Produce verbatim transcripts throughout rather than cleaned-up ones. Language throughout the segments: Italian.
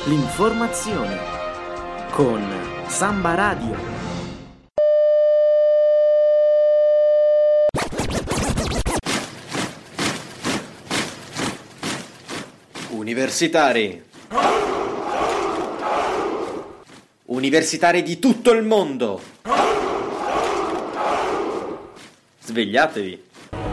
l'informazione con Samba Radio. Universitari. Universitari di tutto il mondo. Svegliatevi.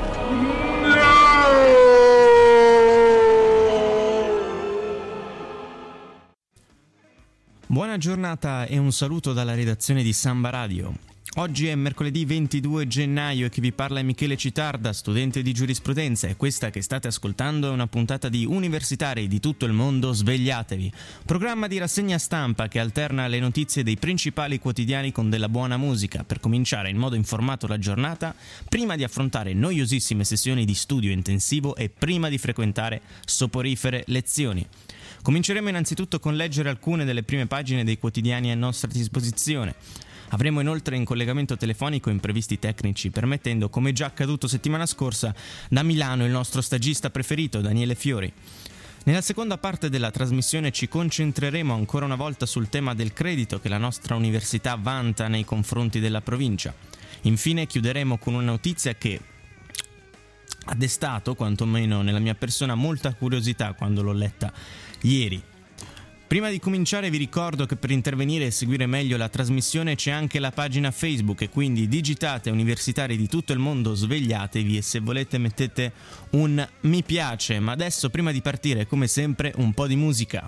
Buona giornata e un saluto dalla redazione di Samba Radio. Oggi è mercoledì ventidue gennaio e chi vi parla è Michele Citarda, studente di giurisprudenza, e questa che state ascoltando è una puntata di Universitari di tutto il mondo, svegliatevi. Programma di rassegna stampa che alterna le notizie dei principali quotidiani con della buona musica per cominciare in modo informato la giornata, prima di affrontare noiosissime sessioni di studio intensivo e prima di frequentare soporifere lezioni. Cominceremo innanzitutto con leggere alcune delle prime pagine dei quotidiani a nostra disposizione. Avremo inoltre in collegamento telefonico imprevisti tecnici, permettendo, come già accaduto settimana scorsa, da Milano il nostro stagista preferito, Daniele Fiori. Nella seconda parte della trasmissione ci concentreremo ancora una volta sul tema del credito che la nostra università vanta nei confronti della provincia. Infine chiuderemo con una notizia che ha destato, quantomeno nella mia persona, molta curiosità quando l'ho letta ieri. Prima di cominciare vi ricordo che per intervenire e seguire meglio la trasmissione c'è anche la pagina Facebook e quindi digitate Universitari di tutto il mondo, svegliatevi e se volete mettete un mi piace. Ma adesso, prima di partire, come sempre, un po' di musica.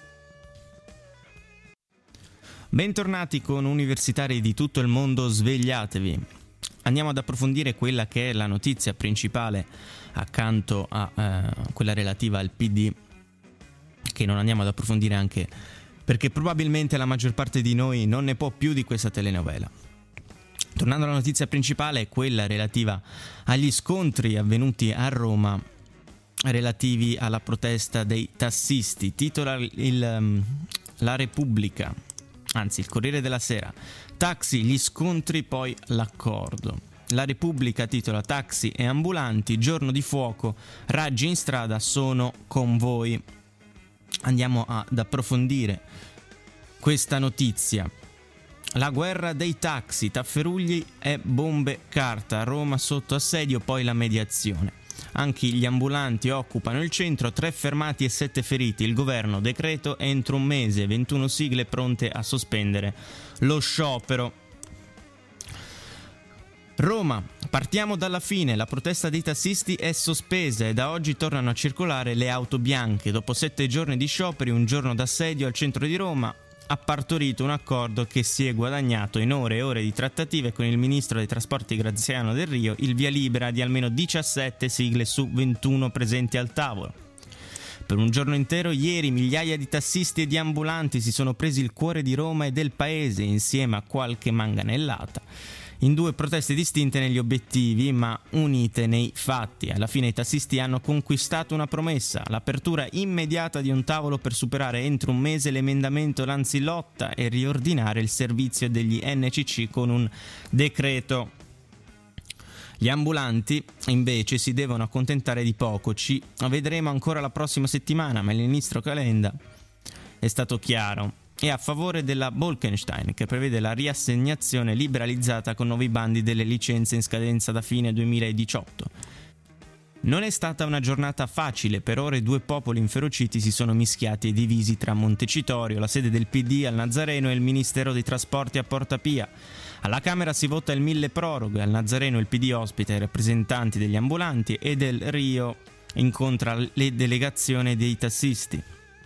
Bentornati con Universitari di tutto il mondo, svegliatevi. Andiamo ad approfondire quella che è la notizia principale accanto a eh, quella relativa al P D, che non andiamo ad approfondire anche perché probabilmente la maggior parte di noi non ne può più di questa telenovela. Tornando alla notizia principale, quella relativa agli scontri avvenuti a Roma relativi alla protesta dei tassisti. Titola il, um, la Repubblica, anzi il Corriere della Sera: taxi, gli scontri, poi l'accordo. La Repubblica titola: taxi e ambulanti, giorno di fuoco, raggi in strada, sono convoi. Andiamo ad approfondire questa notizia. La guerra dei taxi, tafferugli e bombe carta, Roma sotto assedio, poi la mediazione. Anche gli ambulanti occupano il centro, tre fermati e sette feriti. Il governo decreto entro un mese, ventuno sigle pronte a sospendere lo sciopero. Roma, partiamo dalla fine, la protesta dei tassisti è sospesa e da oggi tornano a circolare le auto bianche. Dopo sette giorni di scioperi, un giorno d'assedio al centro di Roma ha partorito un accordo che si è guadagnato in ore e ore di trattative con il ministro dei trasporti Graziano Del Rio il via libera di almeno diciassette sigle su ventuno presenti al tavolo. Per un giorno intero ieri migliaia di tassisti e di ambulanti si sono presi il cuore di Roma e del paese insieme a qualche manganellata, in due proteste distinte negli obiettivi ma unite nei fatti. Alla fine i tassisti hanno conquistato una promessa: l'apertura immediata di un tavolo per superare entro un mese l'emendamento Lanzillotta e riordinare il servizio degli N C C con un decreto. Gli ambulanti invece si devono accontentare di poco. Ci vedremo ancora la prossima settimana, ma il ministro Calenda è stato chiaro. È a favore della Bolkestein, che prevede la riassegnazione liberalizzata con nuovi bandi delle licenze in scadenza da fine duemiladiciotto. Non è stata una giornata facile, per ore due popoli inferociti si sono mischiati e divisi tra Montecitorio, la sede del P D, al Nazareno, e il Ministero dei Trasporti a Porta Pia. Alla Camera si vota il mille proroghe, al Nazareno il P D ospita i rappresentanti degli ambulanti e Del Rio incontra le delegazioni dei tassisti.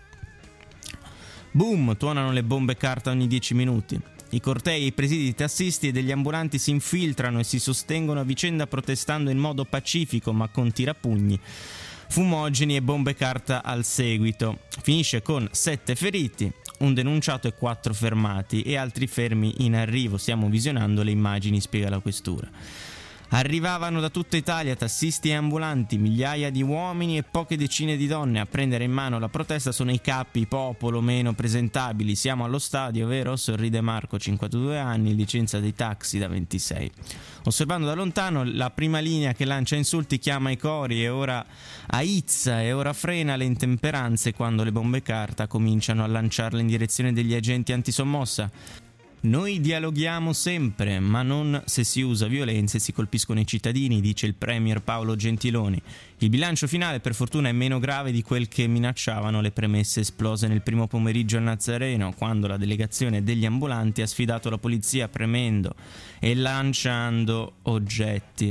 Boom, tuonano le bombe carta ogni dieci minuti. I cortei e i presidi di tassisti e degli ambulanti si infiltrano e si sostengono a vicenda protestando in modo pacifico ma con tirapugni, fumogeni e bombe carta al seguito. Finisce con sette feriti, un denunciato e quattro fermati e altri fermi in arrivo. Stiamo visionando le immagini, spiega la questura. Arrivavano da tutta Italia tassisti e ambulanti, migliaia di uomini e poche decine di donne. A prendere in mano la protesta sono i capi popolo meno presentabili. Siamo allo stadio, vero? Sorride Marco, cinquantadue anni, licenza dei taxi da ventisei. Osservando da lontano, la prima linea che lancia insulti chiama i cori e ora aizza e ora frena le intemperanze quando le bombe carta cominciano a lanciarle in direzione degli agenti antisommossa. Noi dialoghiamo sempre, ma non se si usa violenza e si colpiscono i cittadini, dice il premier Paolo Gentiloni. Il bilancio finale per fortuna è meno grave di quel che minacciavano le premesse esplose nel primo pomeriggio a Nazareno, quando la delegazione degli ambulanti ha sfidato la polizia premendo e lanciando oggetti.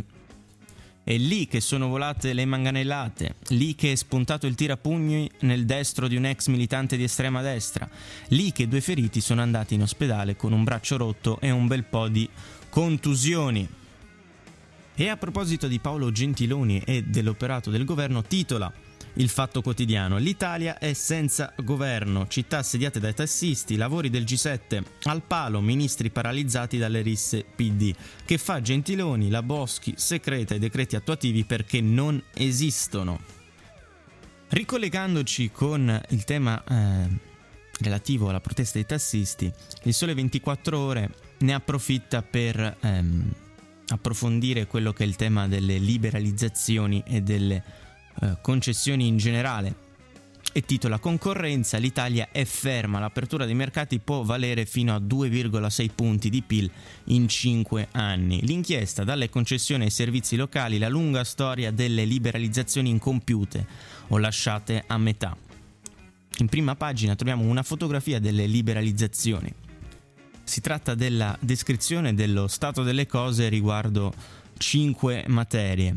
È lì che sono volate le manganellate, lì che è spuntato il tirapugni nel destro di un ex militante di estrema destra, lì che due feriti sono andati in ospedale con un braccio rotto e un bel po' di contusioni. E a proposito di Paolo Gentiloni e dell'operato del governo, titola Il Fatto Quotidiano: l'Italia è senza governo, città assediate dai tassisti, lavori del G sette al palo, ministri paralizzati dalle risse P D. Che fa Gentiloni? La Boschi secreta i decreti attuativi perché non esistono. Ricollegandoci con il tema eh, relativo alla protesta dei tassisti, il Sole ventiquattro Ore ne approfitta per ehm, approfondire quello che è il tema delle liberalizzazioni e delle concessioni in generale e titola: concorrenza, l'Italia è ferma, l'apertura dei mercati può valere fino a due virgola sei punti di P I L in cinque anni. L'inchiesta dalle concessioni ai servizi locali, la lunga storia delle liberalizzazioni incompiute o lasciate a metà. In prima pagina troviamo una fotografia delle liberalizzazioni. Si tratta della descrizione dello stato delle cose riguardo cinque materie.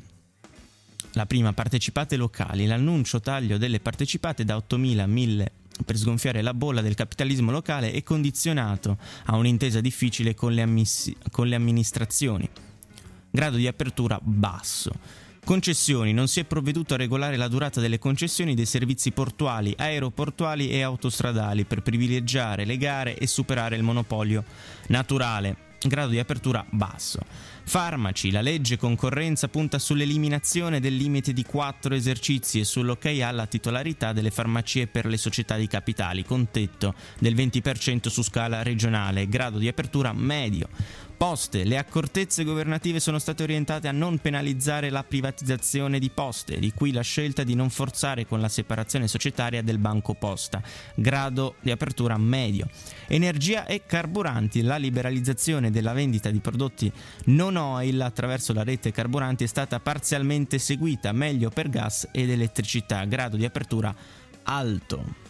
La prima, partecipate locali. L'annuncio taglio delle partecipate da ottomila a mille per sgonfiare la bolla del capitalismo locale è condizionato a un'intesa difficile con le, ammissi- con le amministrazioni. Grado di apertura basso. Concessioni. Non si è provveduto a regolare la durata delle concessioni dei servizi portuali, aeroportuali e autostradali per privilegiare le gare e superare il monopolio naturale. Grado di apertura basso. Farmaci, la legge concorrenza punta sull'eliminazione del limite di quattro esercizi e sull'ok alla titolarità delle farmacie per le società di capitali, con tetto del venti per cento su scala regionale, grado di apertura medio. Poste, le accortezze governative sono state orientate a non penalizzare la privatizzazione di poste, di qui la scelta di non forzare con la separazione societaria del banco posta, grado di apertura medio. Energia e carburanti, la liberalizzazione della vendita di prodotti non oil attraverso la rete carburanti è stata parzialmente seguita, meglio per gas ed elettricità, grado di apertura alto.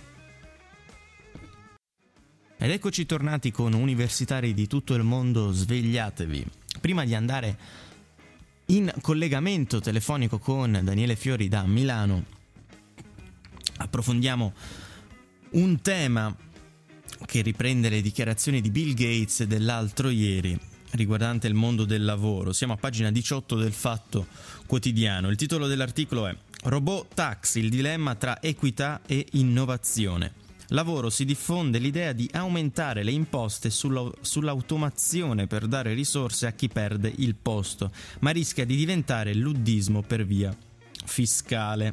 Ed eccoci tornati con universitari di tutto il mondo, svegliatevi. Prima di andare in collegamento telefonico con Daniele Fiori da Milano, approfondiamo un tema che riprende le dichiarazioni di Bill Gates dell'altro ieri riguardante il mondo del lavoro. Siamo a pagina diciotto del Fatto Quotidiano. Il titolo dell'articolo è Robot Taxi, il dilemma tra equità e innovazione. Lavoro, si diffonde l'idea di aumentare le imposte sulla, sull'automazione per dare risorse a chi perde il posto, ma rischia di diventare luddismo per via fiscale.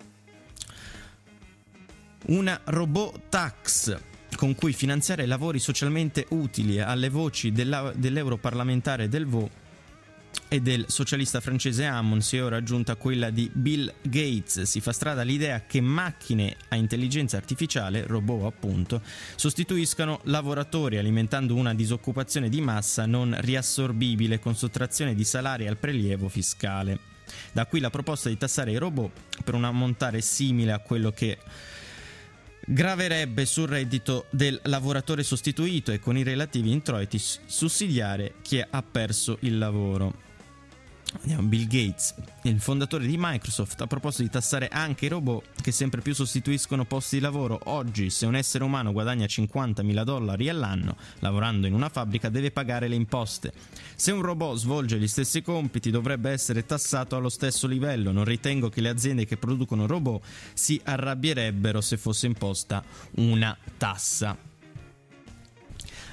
Una robot tax con cui finanziare lavori socialmente utili alle voci della, dell'europarlamentare Delvaux e del socialista francese Hamon si è ora aggiunta quella di Bill Gates. Si fa strada l'idea che macchine a intelligenza artificiale, robot appunto, sostituiscano lavoratori, alimentando una disoccupazione di massa non riassorbibile con sottrazione di salari al prelievo fiscale. Da qui la proposta di tassare i robot per un ammontare simile a quello che graverebbe sul reddito del lavoratore sostituito e con i relativi introiti sussidiare chi ha perso il lavoro. Andiamo, Bill Gates, il fondatore di Microsoft, ha proposto di tassare anche i robot che sempre più sostituiscono posti di lavoro. Oggi, se un essere umano guadagna cinquantamila dollari all'anno lavorando in una fabbrica, deve pagare le imposte. Se un robot svolge gli stessi compiti, dovrebbe essere tassato allo stesso livello. Non ritengo che le aziende che producono robot si arrabbierebbero se fosse imposta una tassa.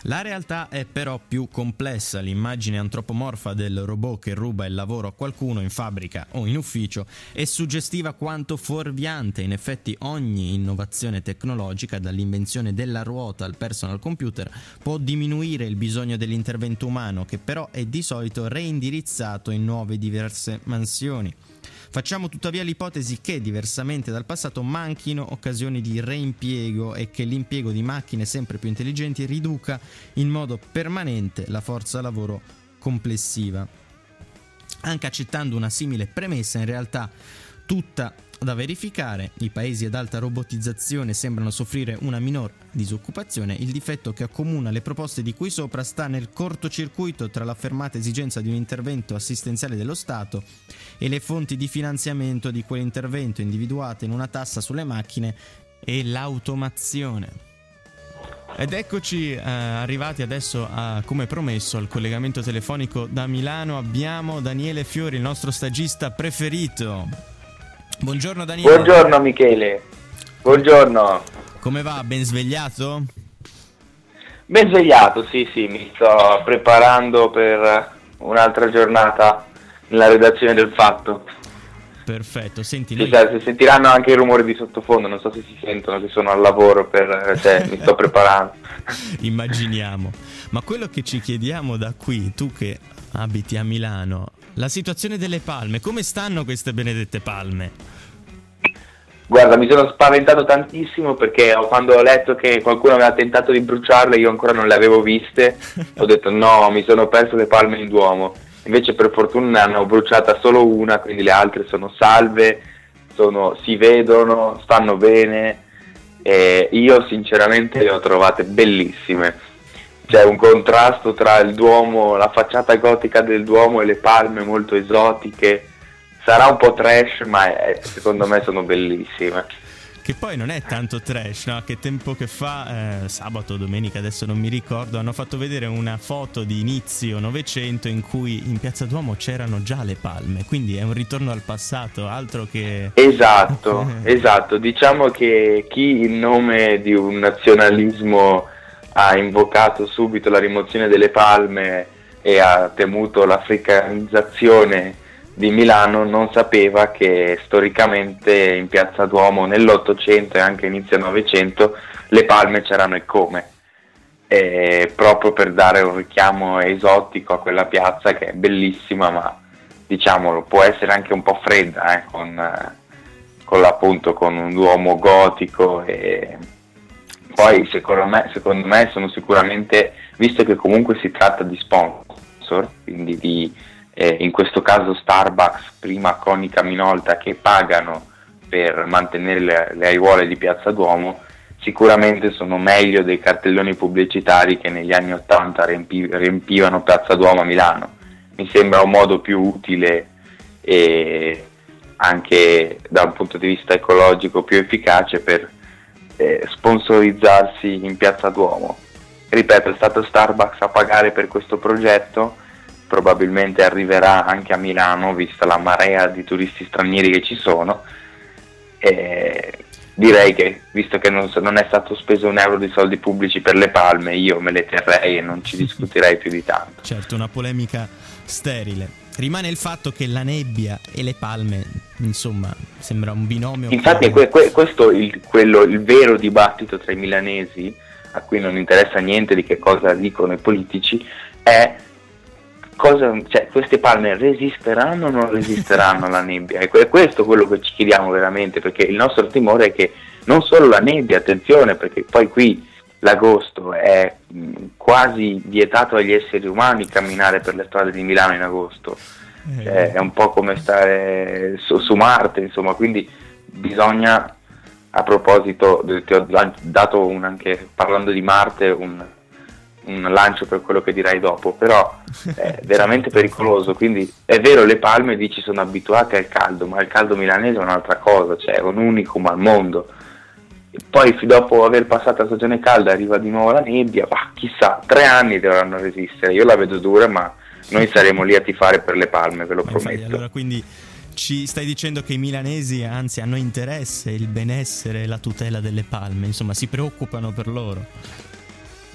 La realtà è però più complessa. L'immagine antropomorfa del robot che ruba il lavoro a qualcuno in fabbrica o in ufficio è suggestiva quanto fuorviante. In effetti ogni innovazione tecnologica, dall'invenzione della ruota al personal computer, può diminuire il bisogno dell'intervento umano, che però è di solito reindirizzato in nuove diverse mansioni. Facciamo tuttavia l'ipotesi che, diversamente dal passato, manchino occasioni di reimpiego e che l'impiego di macchine sempre più intelligenti riduca in modo permanente la forza lavoro complessiva. Anche accettando una simile premessa, in realtà tutta da verificare. I paesi ad alta robotizzazione sembrano soffrire una minor disoccupazione. Il difetto che accomuna le proposte di cui sopra sta nel cortocircuito tra l'affermata esigenza di un intervento assistenziale dello Stato e le fonti di finanziamento di quell'intervento individuate in una tassa sulle macchine e l'automazione. Ed eccoci eh, arrivati adesso a, come promesso, al collegamento telefonico da Milano. Abbiamo Daniele Fiori, il nostro stagista preferito. Buongiorno Daniele. Buongiorno Michele. Buongiorno. Come va? Ben svegliato? Ben svegliato, sì sì, mi sto preparando per un'altra giornata nella redazione del Fatto. Perfetto, senti, si, noi... sa, si sentiranno anche i rumori di sottofondo, non so se si sentono che sono al lavoro, per, cioè, mi sto preparando. Immaginiamo. Ma quello che ci chiediamo da qui, tu che abiti a Milano, la situazione delle palme, come stanno queste benedette palme? Guarda, mi sono spaventato tantissimo perché quando ho letto che qualcuno aveva tentato di bruciarle, io ancora non le avevo viste, ho detto no, mi sono perso le palme in Duomo. Invece per fortuna ne hanno bruciata solo una, quindi le altre sono salve, sono, si vedono, stanno bene, e io sinceramente le ho trovate bellissime. C'è un contrasto tra il Duomo, la facciata gotica del Duomo e le palme molto esotiche. Sarà un po' trash, ma è, secondo me sono bellissime. Che poi non è tanto trash, no? Che tempo che fa, eh, sabato o domenica, adesso non mi ricordo, hanno fatto vedere una foto di inizio Novecento in cui in Piazza Duomo c'erano già le palme, quindi è un ritorno al passato, altro che... Esatto, esatto. Diciamo che chi in nome di un nazionalismo ha invocato subito la rimozione delle palme e ha temuto l'africanizzazione di Milano non sapeva che storicamente in Piazza Duomo nell'Ottocento e anche inizio Novecento le palme c'erano e come, e proprio per dare un richiamo esotico a quella piazza che è bellissima, ma diciamolo può essere anche un po' fredda, eh, con, con appunto con un Duomo gotico. E poi secondo me, secondo me sono sicuramente, visto che comunque si tratta di sponsor, quindi di eh, in questo caso Starbucks, prima Konica Minolta, che pagano per mantenere le, le aiuole di Piazza Duomo, sicuramente sono meglio dei cartelloni pubblicitari che negli anni ottanta riempi, riempivano Piazza Duomo a Milano. Mi sembra un modo più utile e anche da un punto di vista ecologico più efficace per eh, sponsorizzarsi in Piazza Duomo. Ripeto, è stato Starbucks a pagare per questo progetto, probabilmente arriverà anche a Milano vista la marea di turisti stranieri che ci sono, e direi che visto che non, non è stato speso un euro di soldi pubblici per le palme, io me le terrei e non ci discuterei più di tanto. Certo, una polemica sterile. Rimane il fatto che la nebbia e le palme, insomma, sembra un binomio. Infatti che... que- que- questo il, quello, il vero dibattito tra i milanesi, a cui non interessa niente di che cosa dicono i politici, è cosa, cioè, queste palme resisteranno o non resisteranno alla nebbia? E è questo quello che ci chiediamo veramente, perché il nostro timore è che non solo la nebbia, attenzione, perché poi qui l'agosto è mh, quasi vietato agli esseri umani camminare per le strade di Milano in agosto, eh. Cioè, è un po' come stare su, su Marte, insomma, quindi bisogna, a proposito, ti ho dato un, anche parlando di Marte un un lancio per quello che dirai dopo, però è veramente pericoloso. Quindi è vero, le palme dici sono abituate al caldo, ma il caldo milanese è un'altra cosa, cioè è un unicum al mondo. E poi dopo aver passato la stagione calda arriva di nuovo la nebbia, bah, chissà, tre anni dovranno resistere. Io la vedo dura, ma noi saremo lì a tifare per le palme, ve lo ma prometto. Infatti, allora quindi ci stai dicendo che i milanesi anzi hanno interesse il benessere e la tutela delle palme, insomma si preoccupano per loro.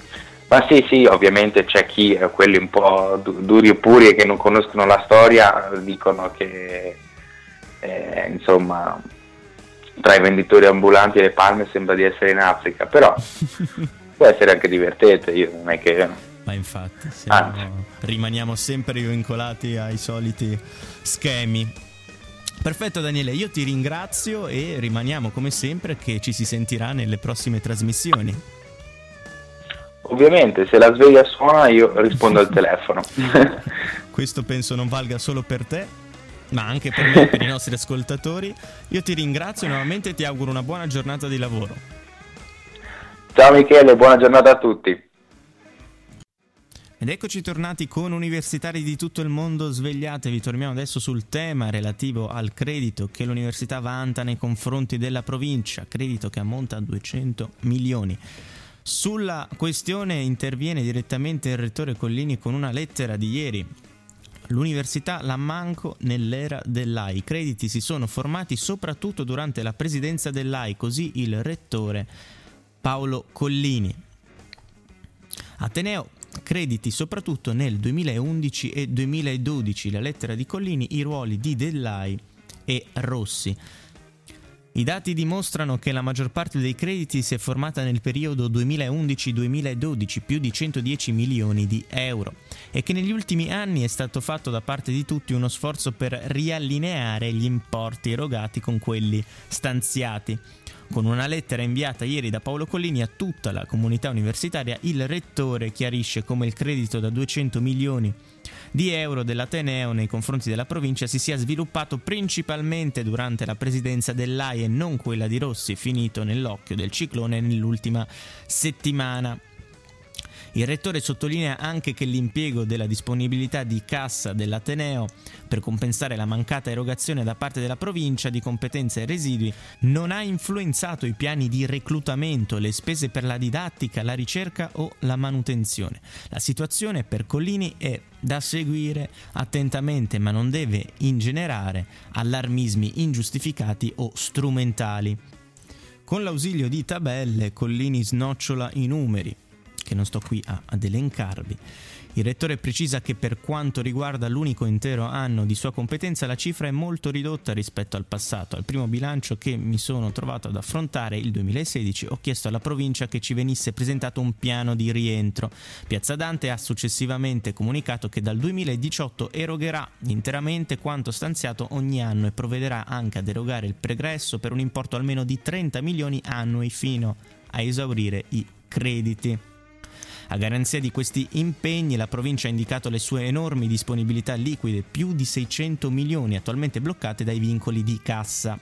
Ma sì, sì, ovviamente c'è chi, eh, quelli un po' du- duri e puri e che non conoscono la storia, dicono che eh, insomma tra i venditori ambulanti e le palme sembra di essere in Africa, però può essere anche divertente, io non è che... Ma infatti siamo, rimaniamo sempre vincolati ai soliti schemi. Perfetto Daniele, io ti ringrazio e rimaniamo come sempre che ci si sentirà nelle prossime trasmissioni. Ovviamente se la sveglia suona io rispondo al telefono. Questo penso non valga solo per te, ma anche per me e per i nostri ascoltatori. Io ti ringrazio nuovamente e ti auguro una buona giornata di lavoro. Ciao Michele, buona giornata a tutti. Ed eccoci tornati con universitari di tutto il mondo, svegliatevi, torniamo adesso sul tema relativo al credito che l'università vanta nei confronti della provincia, credito che ammonta a duecento milioni. Sulla questione interviene direttamente il rettore Collini con una lettera di ieri. L'università la manco nell'era dell'A I. I crediti si sono formati soprattutto durante la presidenza dell'A I, così il rettore Paolo Collini. Ateneo crediti soprattutto nel duemilaundici e duemiladodici, la lettera di Collini, i ruoli di Dell'Ai e Rossi. I dati dimostrano che la maggior parte dei crediti si è formata nel periodo duemilaundici duemiladodici, più di centodieci milioni di euro, e che negli ultimi anni è stato fatto da parte di tutti uno sforzo per riallineare gli importi erogati con quelli stanziati. Con una lettera inviata ieri da Paolo Collini a tutta la comunità universitaria, il rettore chiarisce come il credito da duecento milioni di euro dell'Ateneo nei confronti della provincia si sia sviluppato principalmente durante la presidenza dell'A I e non quella di Rossi, finito nell'occhio del ciclone nell'ultima settimana. Il rettore sottolinea anche che l'impiego della disponibilità di cassa dell'Ateneo per compensare la mancata erogazione da parte della provincia di competenze e residui non ha influenzato i piani di reclutamento, le spese per la didattica, la ricerca o la manutenzione. La situazione per Collini è da seguire attentamente, ma non deve ingenerare allarmismi ingiustificati o strumentali. Con l'ausilio di tabelle, Collini snocciola i numeri, che non sto qui a, ad elencarvi. Il rettore precisa che per quanto riguarda l'unico intero anno di sua competenza la cifra è molto ridotta rispetto al passato. Al primo bilancio che mi sono trovato ad affrontare, il duemilasedici, ho chiesto alla provincia che ci venisse presentato un piano di rientro. Piazza Dante ha successivamente comunicato che dal duemiladiciotto erogherà interamente quanto stanziato ogni anno e provvederà anche ad erogare il pregresso per un importo almeno di trenta milioni annui fino a esaurire i crediti. A garanzia di questi impegni, la provincia ha indicato le sue enormi disponibilità liquide, più di seicento milioni attualmente bloccate dai vincoli di cassa.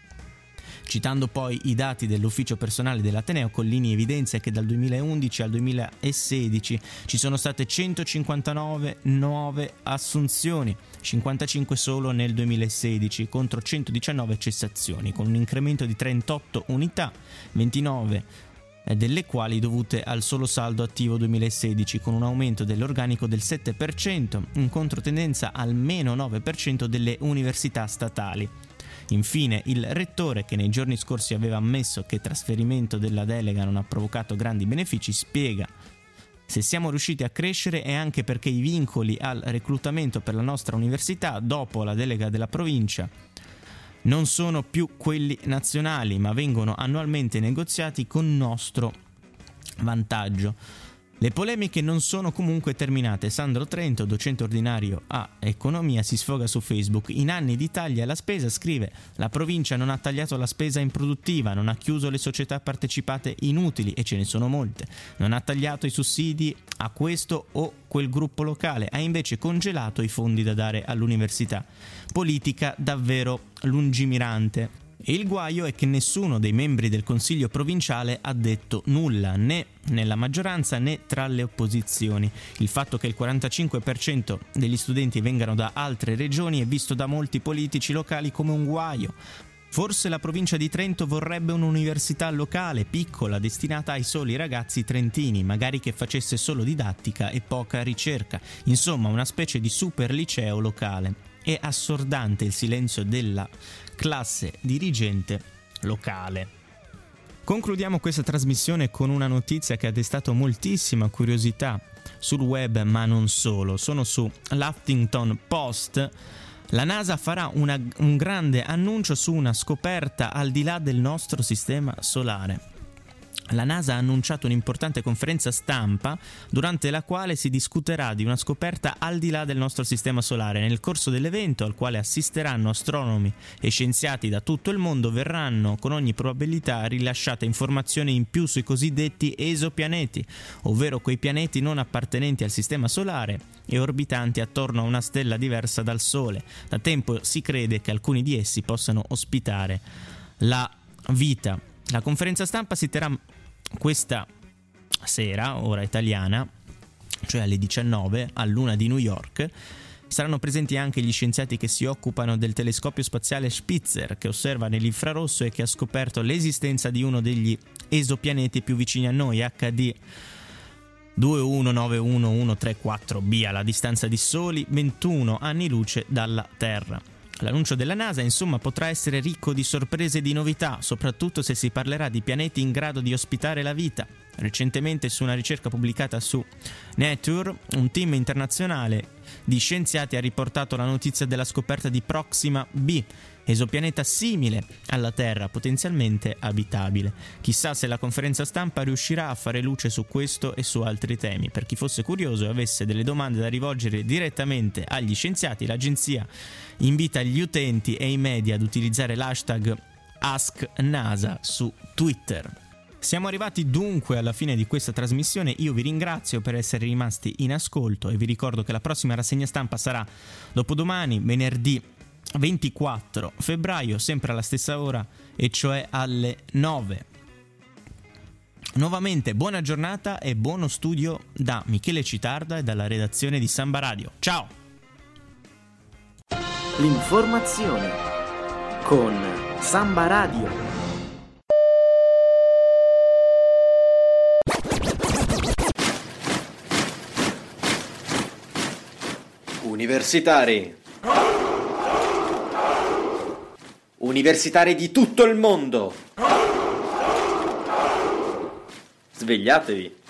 Citando poi i dati dell'ufficio personale dell'Ateneo, Collini evidenzia che dal duemilaundici al duemilasedici ci sono state centocinquantanove nuove assunzioni, cinquantacinque solo nel duemilasedici, contro centodiciannove cessazioni, con un incremento di trentotto unità, ventinove delle quali dovute al solo saldo attivo duemilasedici, con un aumento dell'organico del sette per cento, in controtendenza al meno nove per cento delle università statali. Infine, il rettore, che nei giorni scorsi aveva ammesso che il trasferimento della delega non ha provocato grandi benefici, spiega: se siamo riusciti a crescere è anche perché i vincoli al reclutamento per la nostra università, dopo la delega della provincia, non sono più quelli nazionali, ma vengono annualmente negoziati con nostro vantaggio. Le polemiche non sono comunque terminate. Sandro Trento, docente ordinario a economia, si sfoga su Facebook. In anni di tagli alla spesa, scrive: la provincia non ha tagliato la spesa improduttiva, non ha chiuso le società partecipate inutili, e ce ne sono molte, non ha tagliato i sussidi a questo o quel gruppo locale, ha invece congelato i fondi da dare all'università. Politica davvero lungimirante. E il guaio è che nessuno dei membri del Consiglio provinciale ha detto nulla, né nella maggioranza né tra le opposizioni. Il fatto che il quarantacinque per cento degli studenti vengano da altre regioni è visto da molti politici locali come un guaio. Forse la provincia di Trento vorrebbe un'università locale, piccola, destinata ai soli ragazzi trentini, magari che facesse solo didattica e poca ricerca. Insomma, una specie di super liceo locale. È assordante il silenzio della classe dirigente locale. Concludiamo questa trasmissione con una notizia che ha destato moltissima curiosità sul web, ma non solo. Sono su l'Huffington Post. La NASA farà una, un grande annuncio su una scoperta al di là del nostro sistema solare. La NASA ha annunciato un'importante conferenza stampa durante la quale si discuterà di una scoperta al di là del nostro sistema solare. Nel corso dell'evento, al quale assisteranno astronomi e scienziati da tutto il mondo, verranno con ogni probabilità rilasciate informazioni in più sui cosiddetti esopianeti, ovvero quei pianeti non appartenenti al sistema solare e orbitanti attorno a una stella diversa dal Sole. Da tempo si crede che alcuni di essi possano ospitare la vita. La conferenza stampa si terrà questa sera, ora italiana, cioè alle diciannove, a Luna di New York. Saranno presenti anche gli scienziati che si occupano del telescopio spaziale Spitzer, che osserva nell'infrarosso e che ha scoperto l'esistenza di uno degli esopianeti più vicini a noi, H D due uno nove uno uno tre quattro b, alla distanza di soli ventuno anni luce dalla Terra. L'annuncio della NASA, insomma, potrà essere ricco di sorprese e di novità, soprattutto se si parlerà di pianeti in grado di ospitare la vita. Recentemente, su una ricerca pubblicata su Nature, un team internazionale di scienziati ha riportato la notizia della scoperta di Proxima b, esopianeta simile alla Terra, potenzialmente abitabile. Chissà se la conferenza stampa riuscirà a fare luce su questo e su altri temi. Per chi fosse curioso e avesse delle domande da rivolgere direttamente agli scienziati, l'agenzia invita gli utenti e i media ad utilizzare l'hashtag AskNasa su Twitter. Siamo arrivati dunque alla fine di questa trasmissione. Io vi ringrazio per essere rimasti in ascolto e vi ricordo che la prossima rassegna stampa sarà dopodomani, venerdì ventiquattro febbraio, sempre alla stessa ora, e cioè alle nove. Nuovamente buona giornata e buono studio da Michele Citarda e dalla redazione di Samba Radio. Ciao! L'informazione con Samba Radio. Universitari. Universitari di tutto il mondo. Svegliatevi.